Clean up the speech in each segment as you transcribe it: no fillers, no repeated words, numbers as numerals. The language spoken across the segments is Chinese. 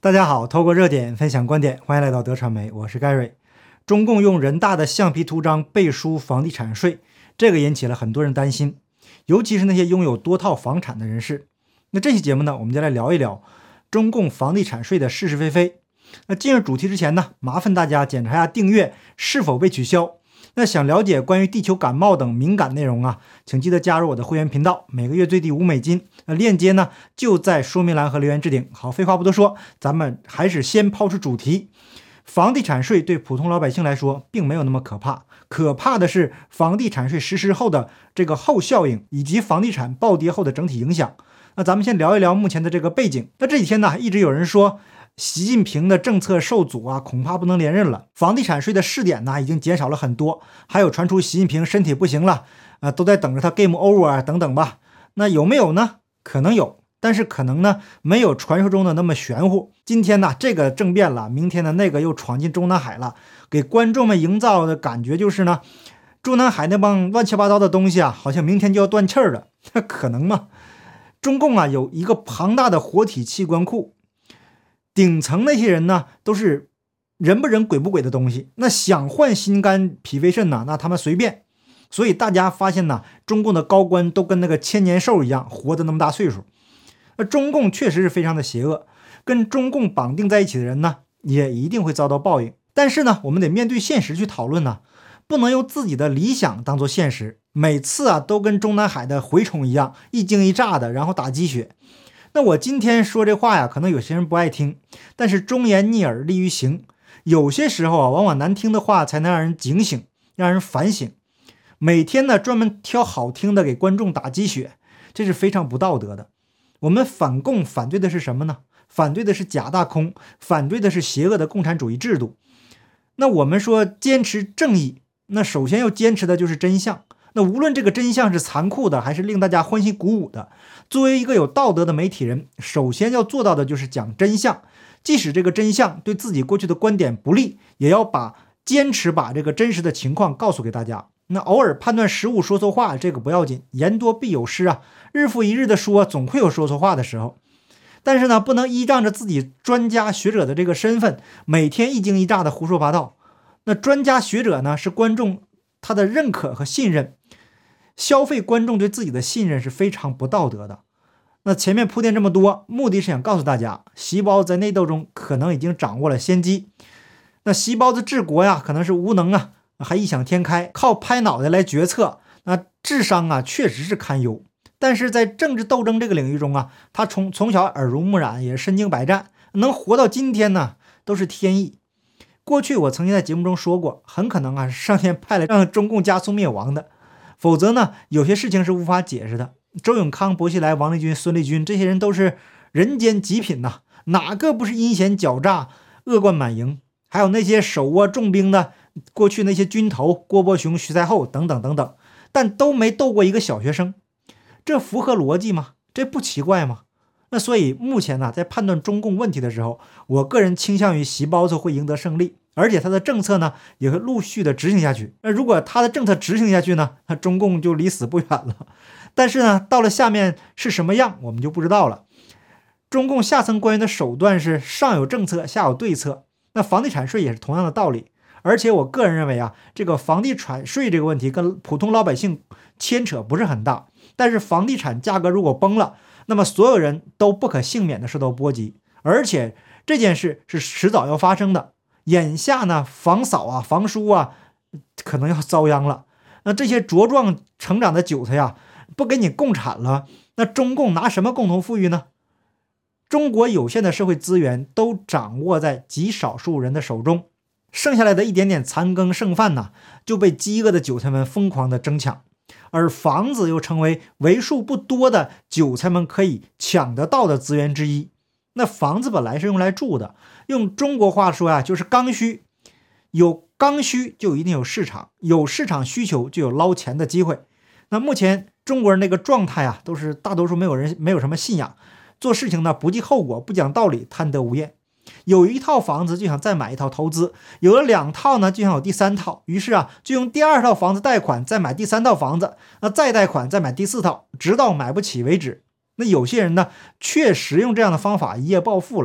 大家好，透过热点分享观点，欢迎来到德传媒，我是盖瑞。中共用人大的橡皮图章背书房地产税，这个引起了很多人担心，尤其是那些拥有多套房产的人士。那这期节目呢，我们就来聊一聊中共房地产税的是是非非。那进入主题之前呢，麻烦大家检查一下订阅是否被取消。那想了解关于地球感冒等敏感内容啊，请记得加入我的会员频道，每个月最低$5。链接呢就在说明栏和留言置顶。好，废话不多说，咱们还是先抛出主题。房地产税对普通老百姓来说并没有那么可怕，可怕的是房地产税实施后的这个后效应，以及房地产暴跌后的整体影响。那咱们先聊一聊目前的这个背景。那这几天呢，一直有人说习近平的政策受阻啊，恐怕不能连任了。房地产税的试点呢已经减少了很多，还有传出习近平身体不行了都在等着他 game over 啊等等吧。那有没有呢？可能有，但是可能呢没有传说中的那么玄乎。今天呢这个政变了，明天呢那个又闯进中南海了，给观众们营造的感觉就是呢，中南海那帮乱七八糟的东西啊，好像明天就要断气儿了。那可能吗？中共啊有一个庞大的活体器官库，顶层那些人呢都是人不人鬼不鬼的东西，那想换心肝脾肺肾呢，那他们随便。所以大家发现呢，中共的高官都跟那个千年兽一样，活得那么大岁数。那中共确实是非常的邪恶，跟中共绑定在一起的人呢，也一定会遭到报应。但是呢，我们得面对现实去讨论呢，不能用自己的理想当做现实。每次啊，都跟中南海的蛔虫一样，一惊一乍的，然后打鸡血。那我今天说这话呀，可能有些人不爱听，但是忠言逆耳利于行。有些时候啊，往往难听的话才能让人警醒，让人反省。每天呢，专门挑好听的给观众打鸡血，这是非常不道德的。我们反共反对的是什么呢？反对的是假大空，反对的是邪恶的共产主义制度。那我们说坚持正义，那首先要坚持的就是真相。那无论这个真相是残酷的，还是令大家欢喜鼓舞的，作为一个有道德的媒体人，首先要做到的就是讲真相。即使这个真相对自己过去的观点不利，也要坚持把这个真实的情况告诉给大家。那偶尔判断失误说错话，这个不要紧，言多必有失啊，日复一日的说，总会有说错话的时候。但是呢，不能依仗着自己专家学者的这个身份，每天一惊一乍的胡说八道。那专家学者呢，是观众他的认可和信任，消费观众对自己的信任是非常不道德的。那前面铺垫这么多，目的是想告诉大家，习包在内斗中可能已经掌握了先机。那习包子治国呀，可能是无能啊，还异想天开，靠拍脑袋来决策，那智商啊确实是堪忧。但是在政治斗争这个领域中啊，他从小耳濡目染，也身经百战，能活到今天呢，都是天意。过去我曾经在节目中说过，很可能啊是上天派来让中共加速灭亡的，否则呢，有些事情是无法解释的。周永康、薄熙来、王立军、孙立军这些人都是人间极品呐，哪个不是阴险狡诈、恶贯满盈？还有那些手握重兵的过去那些军头郭伯雄、徐才厚等等等等，但都没斗过一个小学生，这符合逻辑吗？这不奇怪吗？那所以目前呢，在判断中共问题的时候，我个人倾向于习包子会赢得胜利，而且他的政策呢也会陆续的执行下去。那如果他的政策执行下去呢，那中共就离死不远了。但是呢，到了下面是什么样，我们就不知道了。中共下层官员的手段是上有政策，下有对策。那房地产税也是同样的道理。而且我个人认为啊，这个房地产税这个问题跟普通老百姓牵扯不是很大，但是房地产价格如果崩了，那么所有人都不可幸免的受到波及，而且这件事是迟早要发生的。眼下呢，房嫂啊、房叔啊，可能要遭殃了。那这些茁壮成长的韭菜呀，不给你共产了，那中共拿什么共同富裕呢？中国有限的社会资源都掌握在极少数人的手中，剩下来的一点点残羹剩饭呢，就被饥饿的韭菜们疯狂的争抢，而房子又成为为数不多的韭菜们可以抢得到的资源之一。那房子本来是用来住的，用中国话说呀，就是刚需。有刚需就一定有市场，有市场需求就有捞钱的机会。那目前中国人那个状态啊，都是大多数没有什么信仰，做事情呢不计后果，不讲道理，贪得无厌。有一套房子就想再买一套投资，有了2套呢就想有第3套，于是啊就用第2套房子贷款，再买第3套房子，那再贷款再买第4套，直到买不起为止。那有些人呢确实用这样的方法一夜暴富了，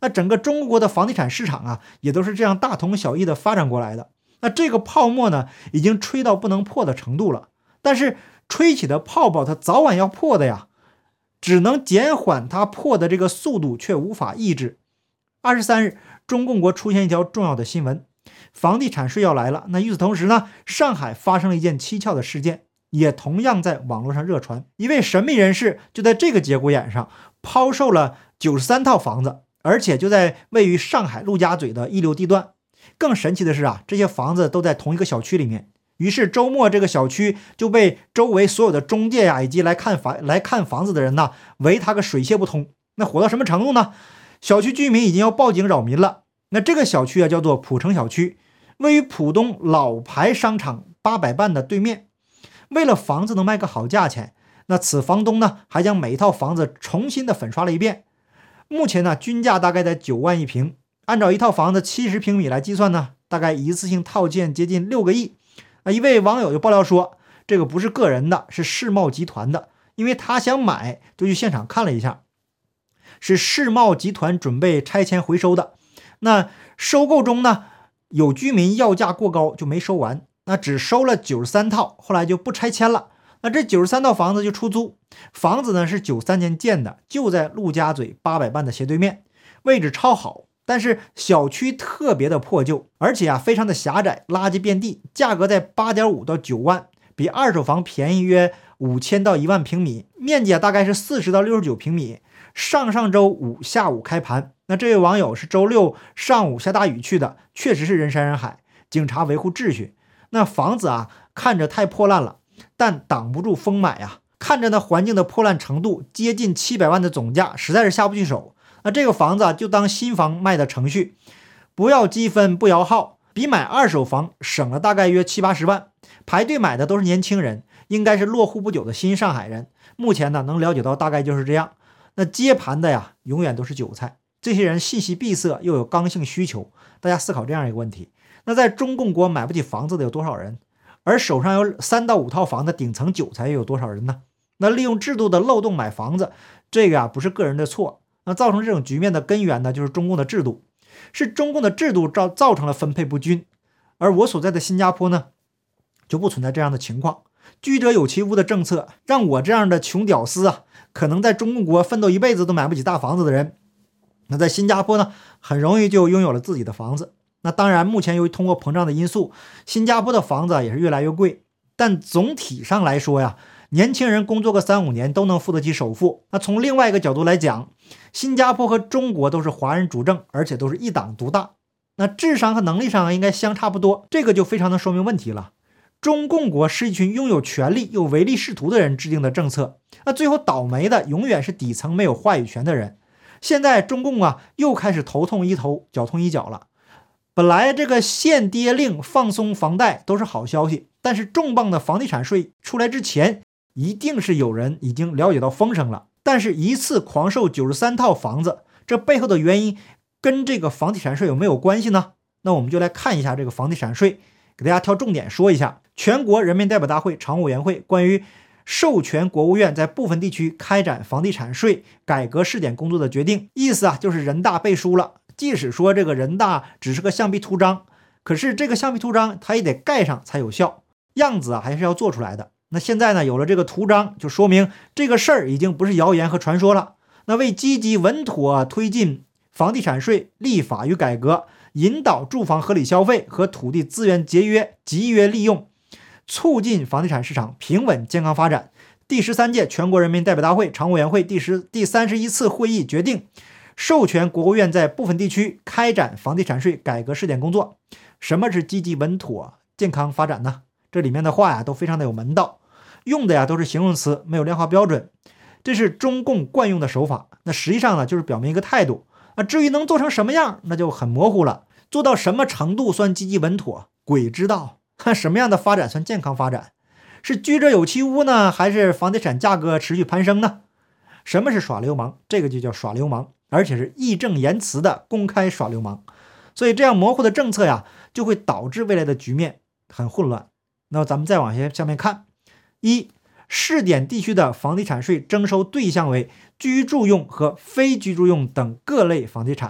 那整个中国的房地产市场啊，也都是这样大同小异的发展过来的。那这个泡沫呢，已经吹到不能破的程度了。但是吹起的泡泡它早晚要破的呀，只能减缓它破的这个速度，却无法抑制。23日，中共国出现一条重要的新闻，房地产税要来了。那与此同时呢，上海发生了一件蹊跷的事件，也同样在网络上热传。一位神秘人士就在这个节骨眼上抛售了93套房子，而且就在位于上海陆家嘴的一流地段。更神奇的是啊，这些房子都在同一个小区里面。于是周末这个小区就被周围所有的中介以及来看房子的人围他个水泄不通。那火到什么程度呢？小区居民已经要报警扰民了。那这个小区叫做浦城小区，位于浦东老牌商场800伴的对面。为了房子能卖个好价钱，那此房东呢还将每一套房子重新的粉刷了一遍。目前呢均价大概在9万一平，按照一套房子70平米来计算呢，大概一次性套件接近6个亿。一位网友就爆料说，这个不是个人的，是世茂集团的，因为他想买就去现场看了一下，是世茂集团准备拆迁回收的。那收购中呢，有居民要价过高就没收完，那只收了93套，后来就不拆迁了。那这93套房子就出租，房子呢是93年建的，就在陆家嘴800伴的斜对面，位置超好。但是小区特别的破旧，而且非常的狭窄，垃圾遍地，价格在8.5到9万，比二手房便宜约5000到1万平米，面积大概是40到69平米。上周五下午开盘，那这位网友是周六上午下大雨去的，确实是人山人海，警察维护秩序。那房子看着太破烂了，但挡不住疯买看着那环境的破烂程度，接近700万的总价，实在是下不去手。那这个房子就当新房卖的程序，不要积分不摇号，比买二手房省了大概约70-80万。排队买的都是年轻人，应该是落户不久的新上海人。目前呢能了解到大概就是这样。那接盘的永远都是韭菜，这些人信息闭塞又有刚性需求。大家思考这样一个问题，那在中共国买不起房子的有多少人？而手上有3到5套房的顶层韭菜又有多少人呢？那利用制度的漏洞买房子，这个不是个人的错。那造成这种局面的根源呢，就是中共的制度，是中共的制度造成了分配不均。而我所在的新加坡呢，就不存在这样的情况。居者有其屋的政策，让我这样的穷屌丝可能在中共国奋斗一辈子都买不起大房子的人，那在新加坡呢，很容易就拥有了自己的房子。那当然，目前由于通货膨胀的因素，新加坡的房子也是越来越贵。但总体上来说年轻人工作个3-5年都能付得起首付。那从另外一个角度来讲，新加坡和中国都是华人主政，而且都是一党独大，那智商和能力上应该相差不多，这个就非常能说明问题了。中共国是一群拥有权力又唯利是图的人制定的政策，那最后倒霉的永远是底层没有话语权的人。现在中共又开始头痛医头，脚痛医脚了。本来这个限跌令、放松房贷都是好消息，但是重磅的房地产税出来之前，一定是有人已经了解到风声了。但是一次狂售93套房子，这背后的原因跟这个房地产税有没有关系呢？那我们就来看一下这个房地产税，给大家挑重点说一下。全国人民代表大会常务委员会关于授权国务院在部分地区开展房地产税改革试点工作的决定，意思就是人大背书了。即使说这个人大只是个橡皮图章，可是这个橡皮图章它也得盖上才有效，样子还是要做出来的。那现在呢有了这个图章，就说明这个事儿已经不是谣言和传说了。那为积极稳妥推进房地产税立法与改革，引导住房合理消费和土地资源节约集约利用，促进房地产市场平稳健康发展，第13届全国人民代表大会常务委员会第31次会议决定，授权国务院在部分地区开展房地产税改革试点工作。什么是积极稳妥健康发展呢？这里面的话都非常的有门道，用的都是形容词，没有量化标准，这是中共惯用的手法。那实际上呢就是表明一个态度。那至于能做成什么样，那就很模糊了。做到什么程度算积极稳妥，鬼知道。什么样的发展算健康发展？是居者有其屋呢，还是房地产价格持续攀升呢？什么是耍流氓？这个就叫耍流氓，而且是义正言辞的公开耍流氓。所以这样模糊的政策就会导致未来的局面很混乱。那咱们再往下面看。一、试点地区的房地产税征收对象为居住用和非居住用等各类房地产。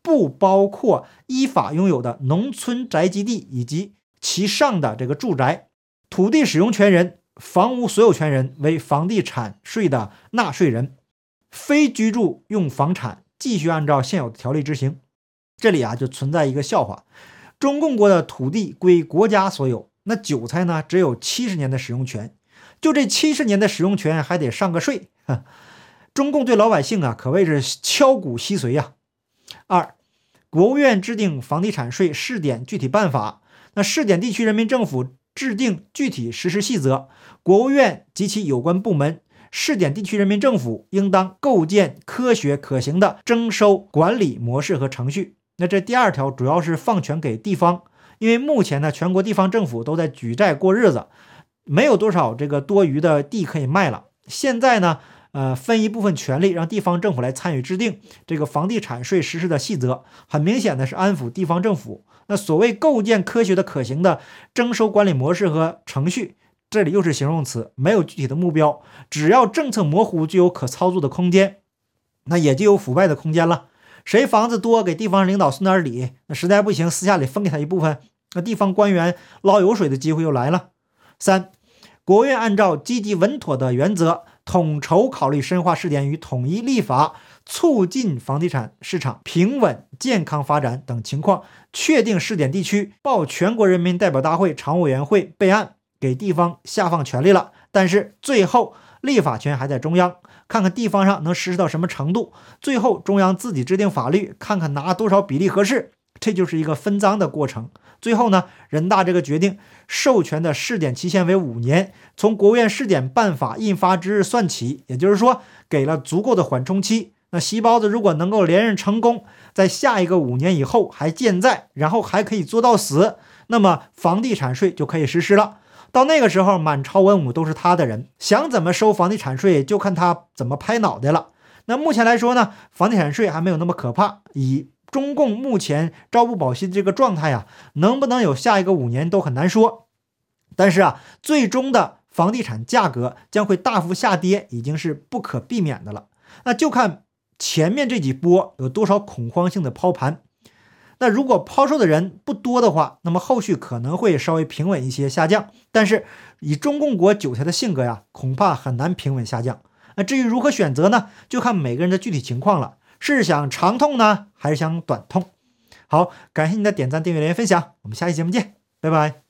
不包括依法拥有的农村宅基地以及其上的这个住宅。土地使用权人、房屋所有权人为房地产税的纳税人，非居住用房产继续按照现有的条例执行。这里就存在一个笑话，中共国的土地归国家所有，那韭菜呢只有70年的使用权，就这70年的使用权还得上个税。中共对老百姓可谓是敲骨吸髓呀。二，国务院制定房地产税试点具体办法，那试点地区人民政府制定具体实施细则，国务院及其有关部门、试点地区人民政府应当构建科学可行的征收管理模式和程序。那这第二条主要是放权给地方，因为目前呢，全国地方政府都在举债过日子，没有多少这个多余的地可以卖了。现在呢，分一部分权利让地方政府来参与制定这个房地产税实施的细则，很明显的是安抚地方政府。那所谓构建科学的可行的征收管理模式和程序，这里又是形容词，没有具体的目标，只要政策模糊就有可操作的空间，那也就有腐败的空间了。谁房子多给地方领导送点礼，那实在不行私下里分给他一部分，那地方官员捞油水的机会又来了。三，国务院按照积极稳妥的原则，统筹考虑深化试点与统一立法，促进房地产市场平稳健康发展等情况，确定试点地区，报全国人民代表大会常务委员会备案，给地方下放权力了。但是最后立法权还在中央，看看地方上能实施到什么程度，最后中央自己制定法律，看看拿多少比例合适，这就是一个分赃的过程。最后呢，人大这个决定授权的试点期限为5年，从国务院试点办法印发之日算起，也就是说给了足够的缓冲期。那细包子如果能够连任成功，在下一个5年以后还健在，然后还可以做到死，那么房地产税就可以实施了。到那个时候，满朝文武都是他的人，想怎么收房地产税就看他怎么拍脑袋了。那目前来说呢，房地产税还没有那么可怕，以中共目前朝不保夕的这个状态能不能有下一个5年都很难说。但是最终的房地产价格将会大幅下跌，已经是不可避免的了。那就看前面这几波有多少恐慌性的抛盘。那如果抛售的人不多的话，那么后续可能会稍微平稳一些下降，但是以中共国韭菜的性格恐怕很难平稳下降。那至于如何选择呢，就看每个人的具体情况了，是想长痛呢，还是想短痛？好，感谢你的点赞、订阅、留言、分享，我们下期节目见，拜拜。